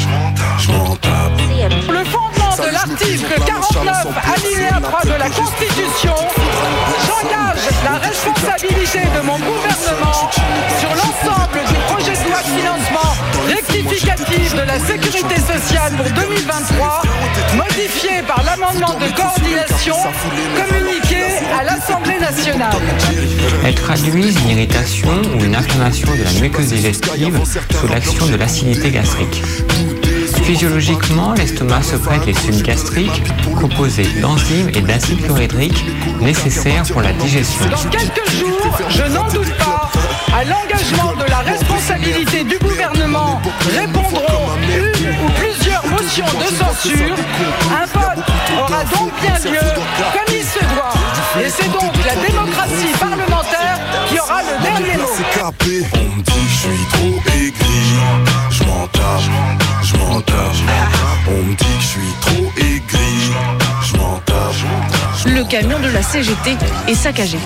Le fondement de l'article 49, alinéa 3 de la Constitution, j'engage la responsabilité de mon gouvernement sur l'ensemble du projet de loi de financement rectificatif de la sécurité sociale pour 2023, modifié par l'amendement de coordination communiqué à l'Assemblée nationale. Elle traduit une irritation ou une inflammation de la muqueuse digestive sous l'action de l'acidité gastrique. Physiologiquement, l'estomac secrète les sucs gastriques composés d'enzymes et d'acide chlorhydrique nécessaires pour la digestion. Dans quelques jours, je n'en doute pas, à l'engagement de la responsabilité du gouvernement répondront une ou plusieurs motions de censure. Un vote aura donc bien lieu comme il se doit. Et c'est donc la démocratie parlementaire qui aura le dernier mot. On me dit que je suis trop aigri, je m'en tape. On me dit que je suis trop aigri, je m'en tape. Le camion de la CGT est saccagé.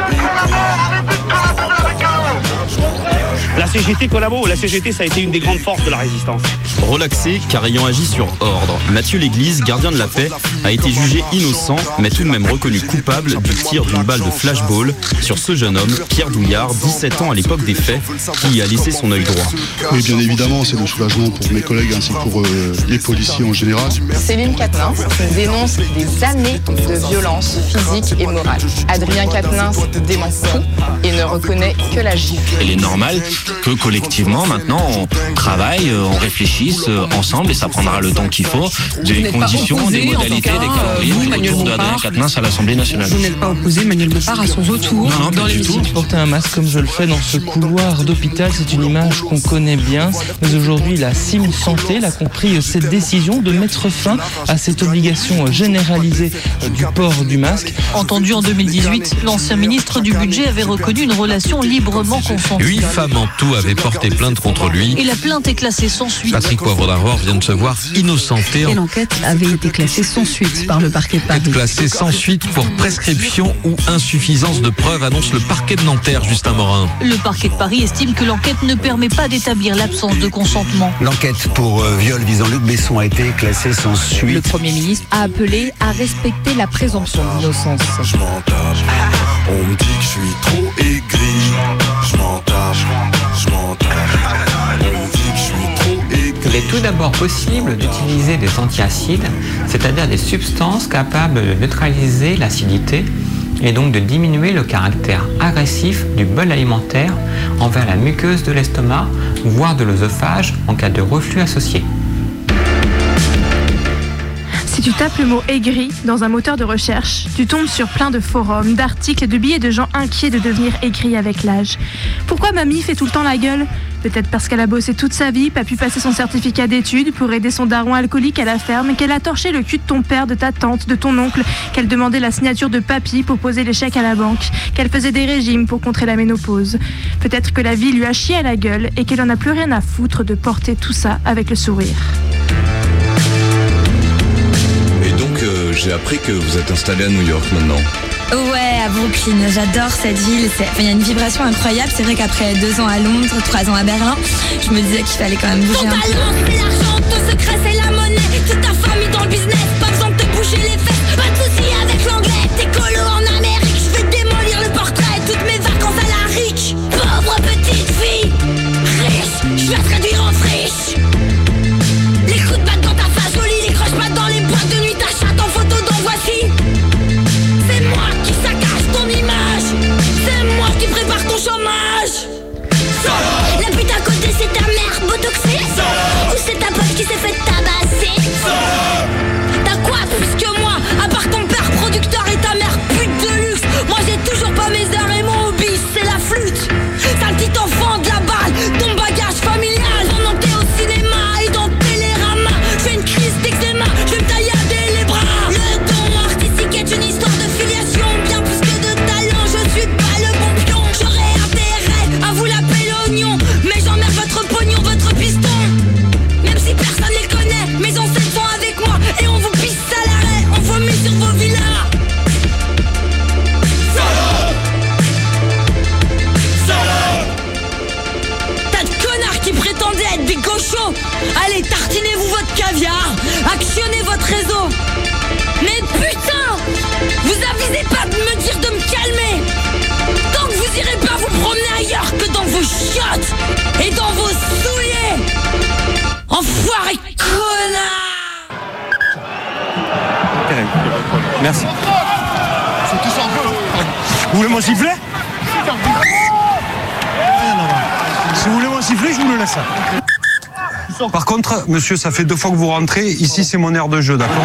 La CGT collabo, la CGT ça a été une des grandes forces de la résistance. Relaxé car ayant agi sur ordre, Mathieu Léglise, gardien de la paix, a été jugé innocent mais tout de même reconnu coupable du tir d'une balle de flashball sur ce jeune homme, Pierre Douillard, 17 ans à l'époque des faits, qui y a laissé son œil droit. Oui, bien évidemment, c'est le soulagement pour mes collègues ainsi que pour les policiers en général. Céline Quatennens dénonce des années de violence physique et morale. Adrien Quatennens dément tout et ne reconnaît que la gifle. Il est normal que collectivement maintenant on travaille, on réfléchisse ensemble et ça prendra le temps qu'il faut, des conditions, des modalités, des calendriers autour d'Adrien Quatennens à l'Assemblée nationale. Vous n'êtes pas opposé, Manuel Bompard, à son retour dans l'hémicycle. Porter un masque comme je le fais dans ce couloir d'hôpital, c'est une image qu'on connaît bien, mais aujourd'hui la CIM Santé a compris cette décision de mettre fin à cette obligation généralisée du port du masque. Entendu en 2018, l'ancien ministre du Budget avait reconnu une relation librement consentie. 8 femmes en tout avaient porté plainte contre lui. Et la plainte est classée sans suite. Patrick Poivre d'Arvor vient de se voir innocenté. Et l'enquête avait été classée sans suite par le parquet de Paris. Classée sans suite pour prescription ou insuffisance de preuves, annonce le parquet de Nanterre, Justin Morin. Le parquet de Paris estime que l'enquête ne permet pas d'établir l'absence de consentement. L'enquête pour viol visant Luc Besson a été classée sans suite. Le Premier ministre a appelé à respecter la présomption d'innocence. Je m'en tape. On me dit que je suis trop aigri, je m'en tape. Il est tout d'abord possible d'utiliser des antiacides, c'est-à-dire des substances capables de neutraliser l'acidité et donc de diminuer le caractère agressif du bol alimentaire envers la muqueuse de l'estomac, voire de l'œsophage en cas de reflux associé. Si tu tapes le mot aigri dans un moteur de recherche, tu tombes sur plein de forums, d'articles et de billets de gens inquiets de devenir aigris avec l'âge. Pourquoi mamie fait tout le temps la gueule ? Peut-être parce qu'elle a bossé toute sa vie, pas pu passer son certificat d'études pour aider son daron alcoolique à la ferme, qu'elle a torché le cul de ton père, de ta tante, de ton oncle, qu'elle demandait la signature de papy pour poser les chèques à la banque, qu'elle faisait des régimes pour contrer la ménopause. Peut-être que la vie lui a chié à la gueule et qu'elle en a plus rien à foutre de porter tout ça avec le sourire. Et donc, j'ai appris que vous êtes installé à New York maintenant. Ouais, à Brooklyn, j'adore cette ville. Il y a une vibration incroyable. C'est vrai qu'après 2 ans à Londres, 3 ans à Berlin, je me disais qu'il fallait quand même bouger un peu. Ton talent, c'est l'argent, ton secret, c'est la monnaie. Toute ta famille dans le business, pas besoin de te bouger les fesses. Pas de soucis avec l'anglais, t'es colo en Amérique. Je vais démolir le portrait, toutes mes vacances à la riche. Pauvre petite fille, riche, je vais te réduire en friche. Les coups de batte dans ta face, jolie, les croche-pattes dans les boîtes de nuit, ta chatte en photo dans Voici. C'est moi qui saccage ton image, c'est moi qui prépare ton chômage. La pute à côté c'est ta mère botoxée, ou c'est ta pote qui s'est fait tabasser. T'as quoi plus que moi, à part ton père producteur et ta mère pute de luxe. Moi j'ai toujours pas mes heures et mon hobby c'est la flûte. Sale petit enfant de la balle, ton bagage familial. Pendant que t'es au cinéma et dans Télérama, j'fais une crise d'eczéma, j'vais me taillader les bras. Le don artistique est une histoire de filiation, bien plus que de talent, je suis pas le bon pion. J'aurais intérêt à vous l'appeler l'oignon, mais j'emmerde votre pognon, votre piston. Même si personne les connaît, mes ancêtres sont avec moi et on vous pisse à l'arrêt, on vomit sur vos villas. Tas de connards qui prétendaient être des gauchos. Allez, tartinez-vous votre caviar, actionnez votre réseau. Mais putain, vous avisez pas de me dire de me calmer. Tant que vous irez pas vous promener ailleurs que dans vos chiottes et dans vos souliers. Enfoiré connard. Merci. Vous voulez mon sifflet? Si vous voulez mon sifflet, je vous le laisse. Par contre, monsieur, ça fait 2 fois que vous rentrez. Ici, c'est mon aire de jeu, d'accord?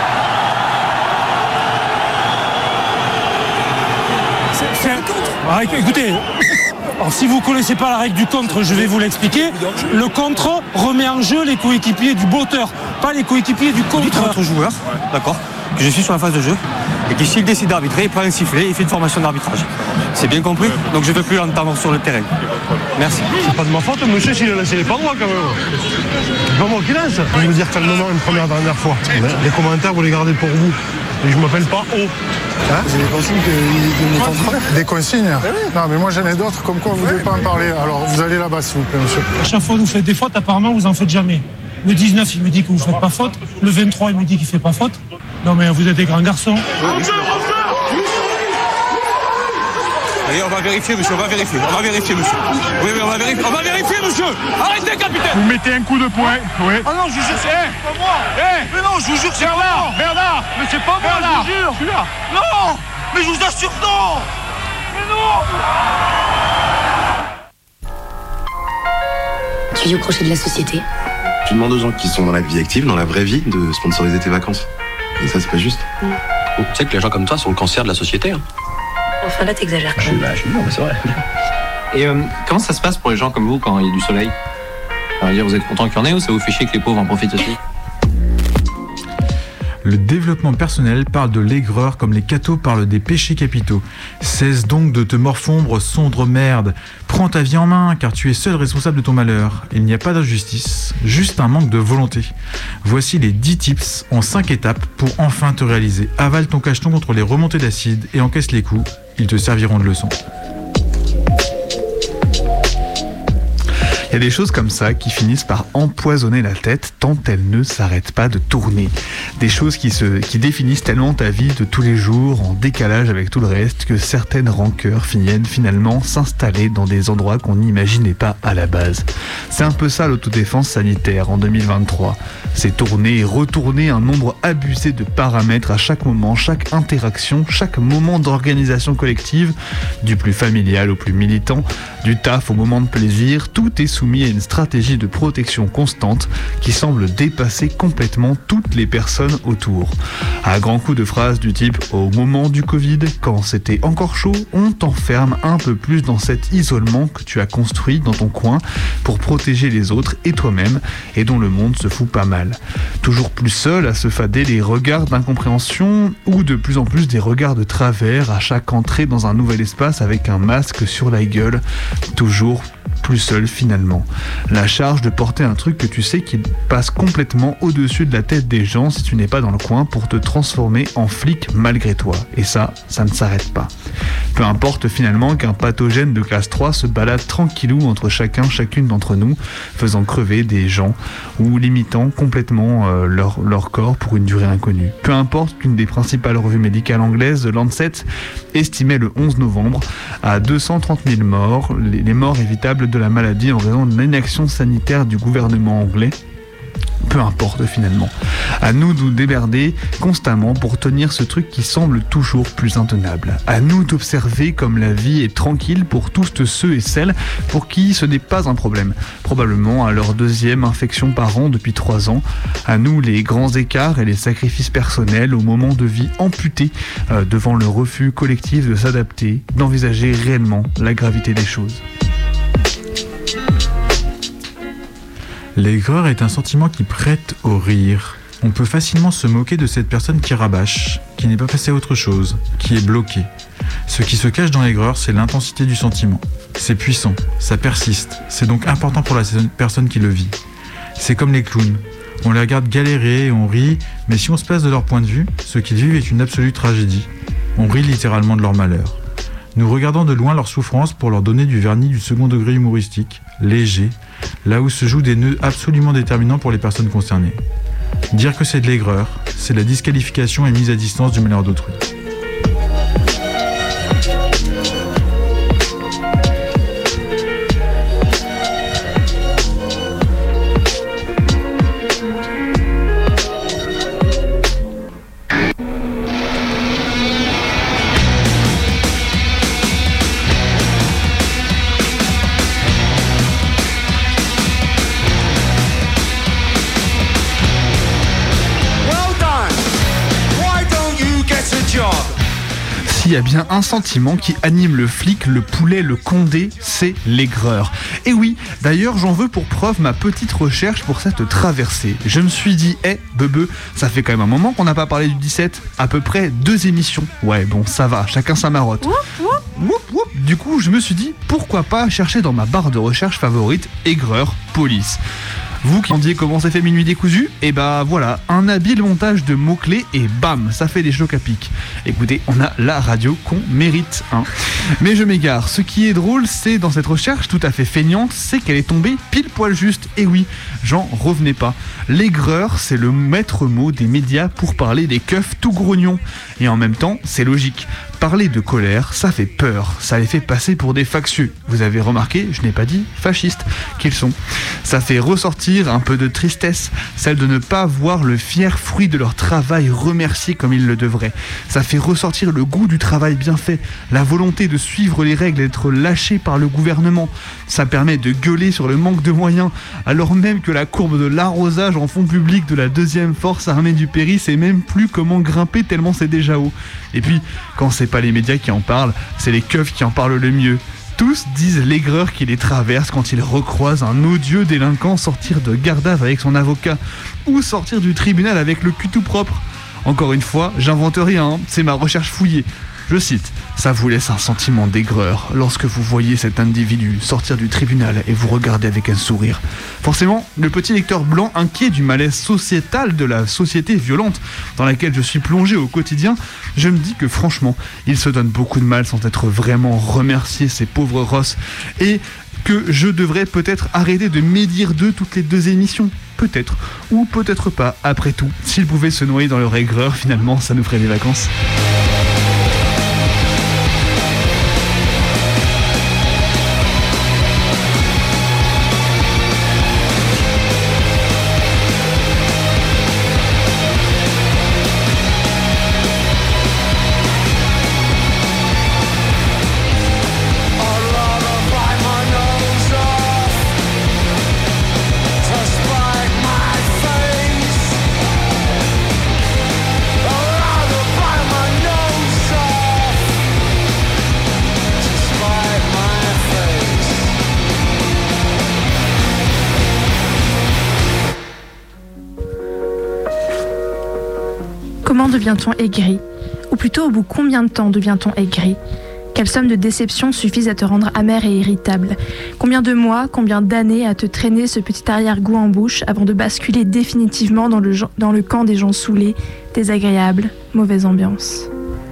Écoutez, alors, si vous ne connaissez pas la règle du contre, je vais vous l'expliquer. Le contre remet en jeu les coéquipiers du botteur, pas les coéquipiers du contre. Votre joueur, d'accord, que je suis sur la phase de jeu, et que s'il décide d'arbitrer, il prend un sifflet, il fait une formation d'arbitrage. C'est bien compris? Donc je ne veux plus l'entendre sur le terrain. Merci. C'est pas de ma faute, monsieur, s'il a laissé les pas droits quand même. C'est pas moi qui lance. Je vais vous dire calmement une dernière fois. Les commentaires, vous les gardez pour vous. Et je m'appelle pas O. Hein? Vous avez des consignes que des consignes? Non, mais moi j'en ai d'autres, comme quoi vous ne devez pas en parler. Alors vous allez là-bas, s'il vous plaît, monsieur. À chaque fois, vous faites des fautes, apparemment, vous en faites jamais. Le 19, il me dit que vous ne faites pas faute. Le 23, il me dit qu'il ne fait pas faute. Non, mais vous êtes des grands garçons. Allez, on va vérifier, monsieur, monsieur. Oui, on va vérifier, monsieur. Arrêtez, capitaine. Vous mettez un coup de poing, oui. Ah non, je vous jure, c'est pas moi. Mais non, je vous jure, c'est pas moi. Bernard, mais c'est pas moi, je vous jure. Je suis là. Non, mais je vous assure, non. Mais non. Tu vis au crochet de la société. Tu demandes aux gens qui sont dans la vie active, dans la vraie vie, de sponsoriser tes vacances. Et ça, c'est pas juste. Tu sais que les gens comme toi sont le cancer de la société. Hein. Enfin là, t'exagères quand même. Je suis bien, c'est vrai. Et comment ça se passe pour les gens comme vous quand il y a du soleil? Vous êtes content qu'il y en ait ou ça vous fait chier que les pauvres en profitent aussi? Le développement personnel parle de l'aigreur comme les cathos parlent des péchés capitaux. Cesse donc de te morfondre, sombre merde. Prends ta vie en main, car tu es seul responsable de ton malheur. Il n'y a pas d'injustice, juste un manque de volonté. Voici les 10 tips en 5 étapes pour enfin te réaliser. Avale ton cacheton contre les remontées d'acide et encaisse les coups. Ils te serviront de leçon. Il y a des choses comme ça qui finissent par empoisonner la tête tant elles ne s'arrêtent pas de tourner. Des choses qui définissent tellement ta vie de tous les jours en décalage avec tout le reste que certaines rancœurs viennent finalement s'installer dans des endroits qu'on n'imaginait pas à la base. C'est un peu ça l'autodéfense sanitaire en 2023. C'est tourner et retourner un nombre abuser de paramètres à chaque moment, chaque interaction, chaque moment d'organisation collective, du plus familial au plus militant, du taf au moment de plaisir, tout est soumis à une stratégie de protection constante qui semble dépasser complètement toutes les personnes autour. À grands coups de phrases du type « au moment du Covid, quand c'était encore chaud, on t'enferme un peu plus dans cet isolement que tu as construit dans ton coin pour protéger les autres et toi-même et dont le monde se fout pas mal. » Toujours plus seul à se fader les regards d'incompréhension ou de plus en plus des regards de travers à chaque entrée dans un nouvel espace avec un masque sur la gueule. Toujours plus seul finalement. La charge de porter un truc que tu sais qu'il passe complètement au-dessus de la tête des gens si tu n'es pas dans le coin pour te transformer en flic malgré toi. Et ça ne s'arrête pas. Peu importe finalement qu'un pathogène de classe 3 se balade tranquillou entre chacune d'entre nous, faisant crever des gens ou limitant complètement leur corps pour une durée inconnue. Peu importe qu'une des principales revues médicales anglaises, The Lancet, estimait le 11 novembre à 230 000 morts, les morts évitables de la maladie en raison de l'inaction sanitaire du gouvernement anglais. Peu importe finalement. À nous de nous démerder constamment pour tenir ce truc qui semble toujours plus intenable. À nous d'observer comme la vie est tranquille pour tous ceux et celles pour qui ce n'est pas un problème. Probablement à leur 2e infection par an depuis 3 ans. À nous les grands écarts et les sacrifices personnels au moment de vie amputé devant le refus collectif de s'adapter, d'envisager réellement la gravité des choses. L'aigreur est un sentiment qui prête au rire. On peut facilement se moquer de cette personne qui rabâche, qui n'est pas passée à autre chose, qui est bloquée. Ce qui se cache dans l'aigreur, c'est l'intensité du sentiment. C'est puissant, ça persiste, c'est donc important pour la personne qui le vit. C'est comme les clowns. On les regarde galérer et on rit, mais si on se place de leur point de vue, ce qu'ils vivent est une absolue tragédie. On rit littéralement de leur malheur. Nous regardons de loin leur souffrance pour leur donner du vernis du second degré humoristique, léger, là où se jouent des nœuds absolument déterminants pour les personnes concernées. Dire que c'est de l'aigreur, c'est la disqualification et mise à distance du malheur d'autrui. S'il y a bien un sentiment qui anime le flic, le poulet, le condé, c'est l'aigreur. Et oui, d'ailleurs j'en veux pour preuve ma petite recherche pour cette traversée. Je me suis dit, bebe, ça fait quand même un moment qu'on n'a pas parlé du 17, à peu près 2 émissions. Ouais bon, ça va, chacun sa marotte. Du coup, je me suis dit, pourquoi pas chercher dans ma barre de recherche favorite, aigreur, police. Vous qui demandiez comment s'est fait Minuit décousu, et bah voilà, un habile montage de mots-clés et bam, ça fait des chocs à pic. Écoutez, on a la radio qu'on mérite, hein. Mais je m'égare, ce qui est drôle, c'est dans cette recherche tout à fait feignante, c'est qu'elle est tombée pile poil juste. Et oui, j'en revenais pas. L'aigreur, c'est le maître mot des médias pour parler des keufs tout grognons. Et en même temps, c'est logique. Parler de colère, ça fait peur, ça les fait passer pour des factieux. Vous avez remarqué, je n'ai pas dit fascistes qu'ils sont. Ça fait ressortir un peu de tristesse, celle de ne pas voir le fier fruit de leur travail remercié comme ils le devraient. Ça fait ressortir le goût du travail bien fait, la volonté de suivre les règles et d'être lâché par le gouvernement. Ça permet de gueuler sur le manque de moyens, alors même que la courbe de l'arrosage en fond public de la 2e force armée du Péry sait même plus comment grimper tellement c'est déjà haut. Et puis, quand c'est pas les médias qui en parlent, c'est les keufs qui en parlent le mieux. Tous disent l'aigreur qui les traverse quand ils recroisent un odieux délinquant sortir de garde-à-vue avec son avocat ou sortir du tribunal avec le cul tout propre. Encore une fois, j'invente rien, hein, c'est ma recherche fouillée. Je cite, ça vous laisse un sentiment d'aigreur lorsque vous voyez cet individu sortir du tribunal et vous regarder avec un sourire. Forcément, le petit lecteur blanc inquiet du malaise sociétal de la société violente dans laquelle je suis plongé au quotidien, je me dis que franchement, il se donne beaucoup de mal sans être vraiment remercié ces pauvres rosses et que je devrais peut-être arrêter de médire d'eux toutes les 2 émissions. Peut-être, ou peut-être pas, après tout. S'ils pouvaient se noyer dans leur aigreur, finalement, ça nous ferait des vacances. devient-on aigri ? Ou plutôt, au bout de combien de temps devient-on aigri ? Quelle somme de déceptions suffisent à te rendre amer et irritable ? Combien de mois, combien d'années à te traîner ce petit arrière-goût en bouche avant de basculer définitivement dans le camp des gens saoulés, désagréables, mauvaise ambiance ?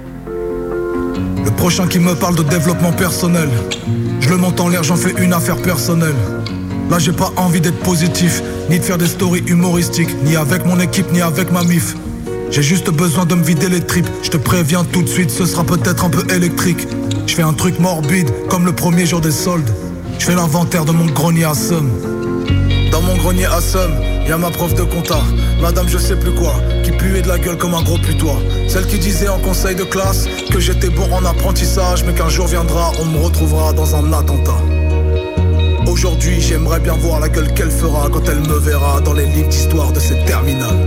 Le prochain qui me parle de développement personnel, je le monte en l'air, j'en fais une affaire personnelle. Là j'ai pas envie d'être positif, ni de faire des stories humoristiques, ni avec mon équipe, ni avec ma mif. J'ai juste besoin de me vider les tripes, je te préviens tout de suite, ce sera peut-être un peu électrique. Je fais un truc morbide, comme le premier jour des soldes. Je fais l'inventaire de mon grenier à somme. Dans mon grenier à somme, y'a ma prof de compta, madame je sais plus quoi, qui puait de la gueule comme un gros putois. Celle qui disait en conseil de classe que j'étais bon en apprentissage, mais qu'un jour viendra, on me retrouvera dans un attentat. Aujourd'hui j'aimerais bien voir la gueule qu'elle fera quand elle me verra dans les livres d'histoire de cette terminale.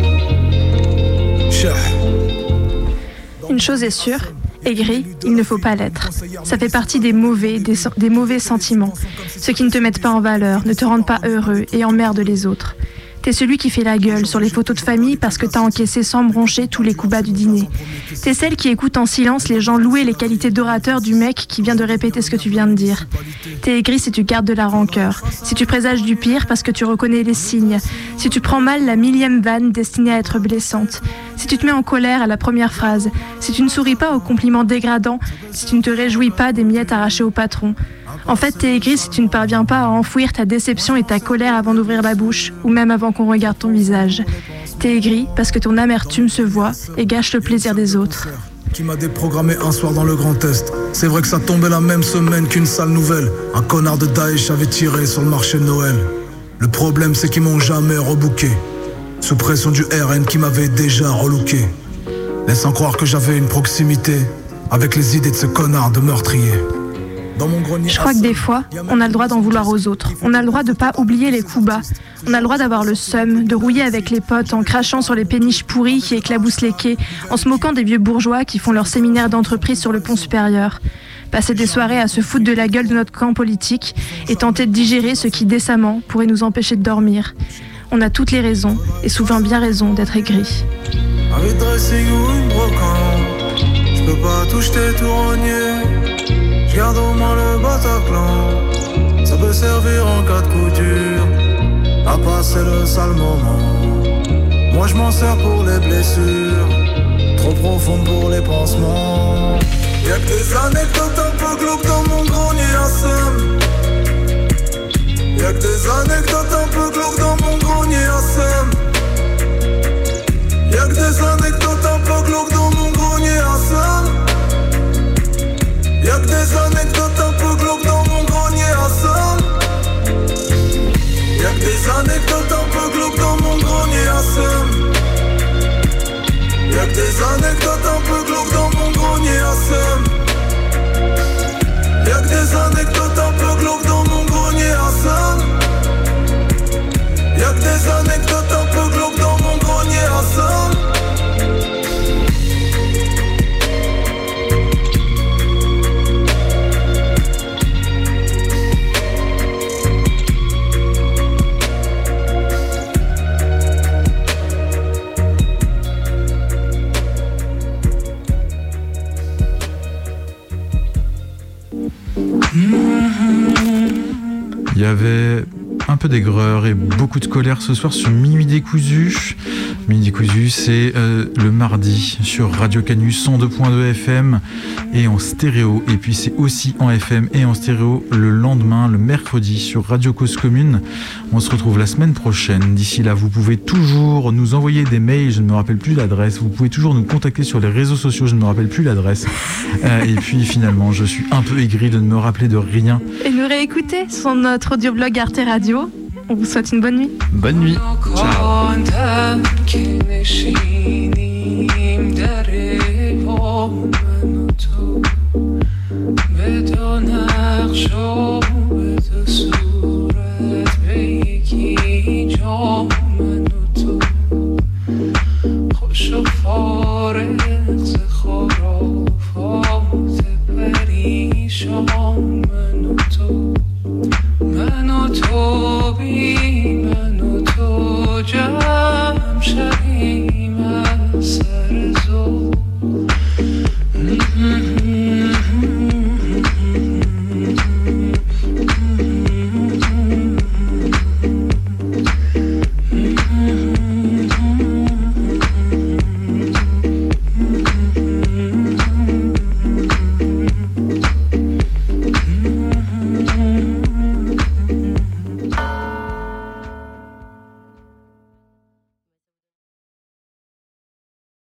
Une chose est sûre, aigri, il ne faut pas l'être. Ça fait partie des mauvais sentiments. Ceux qui ne te mettent pas en valeur, ne te rendent pas heureux et emmerdent les autres. T'es celui qui fait la gueule sur les photos de famille parce que t'as encaissé sans broncher tous les coups bas du dîner. T'es celle qui écoute en silence les gens louer les qualités d'orateur du mec qui vient de répéter ce que tu viens de dire. T'es aigri si tu gardes de la rancœur, si tu présages du pire parce que tu reconnais les signes, si tu prends mal la 1000e vanne destinée à être blessante, si tu te mets en colère à la première phrase, si tu ne souris pas aux compliments dégradants, si tu ne te réjouis pas des miettes arrachées au patron. En fait, t'es aigri si tu ne parviens pas à enfouir ta déception et ta colère avant d'ouvrir la bouche, ou même avant qu'on regarde ton visage. T'es aigri parce que ton amertume se voit et gâche le plaisir des autres. Qui m'a déprogrammé un soir dans le Grand Est. C'est vrai que ça tombait la même semaine qu'une sale nouvelle. Un connard de Daesh avait tiré sur le marché de Noël. Le problème c'est qu'ils m'ont jamais rebooké, sous pression du RN qui m'avait déjà relooké, laissant croire que j'avais une proximité avec les idées de ce connard de meurtrier. Je crois que des fois, on a le droit d'en vouloir aux autres. On a le droit de pas oublier les coups bas. On a le droit d'avoir le seum, de rouiller avec les potes en crachant sur les péniches pourries qui éclaboussent les quais, en se moquant des vieux bourgeois qui font leur séminaire d'entreprise sur le pont supérieur. Passer des soirées à se foutre de la gueule de notre camp politique et tenter de digérer ce qui décemment pourrait nous empêcher de dormir. On a toutes les raisons, et souvent bien raison, d'être aigris. Avec dressing ou une brocante, je peux pas tout jeter, tout rogner. Je garde au moins le Bataclan, ça peut servir en cas de couture à passer le sale moment. Moi je m'en sers pour les blessures, trop profondes pour les pansements. Y'a que des anecdotes un peu glauques dans mon grenier à somme. Y'a que des anecdotes un peu glauques dans mon grenier à somme. Y'a que des anecdotes un peu glauques dans mon grenier à somme. Y'a que des anecdotes un peu glauques dans mon grenier à somme. Y'a que des anecdotes un peu glauques dans mon grenier à somme. Y'a que des anecdotes un peu glauques dans mon grenier à somme. Y'a que des anecdotes un peu glauques dans mon grenier à somme. Y'a que des anecdotes un peu glauques dans mon grenier à somme. Il y avait un peu d'aigreur et beaucoup de colère ce soir sur Minuit décousu. Minuit décousu, c'est le mardi sur Radio Canu 102.2 FM et en stéréo. Et puis c'est aussi en FM et en stéréo le lendemain, le mercredi, sur Radio Cause Commune. On se retrouve la semaine prochaine. D'ici là, vous pouvez toujours nous envoyer des mails, je ne me rappelle plus l'adresse. Vous pouvez toujours nous contacter sur les réseaux sociaux, je ne me rappelle plus l'adresse. Et puis finalement, je suis un peu aigri de ne me rappeler de rien. Et nous réécouter sur notre audioblog Arte Radio. On vous souhaite une bonne nuit. Bonne nuit. Ciao. شام من و تو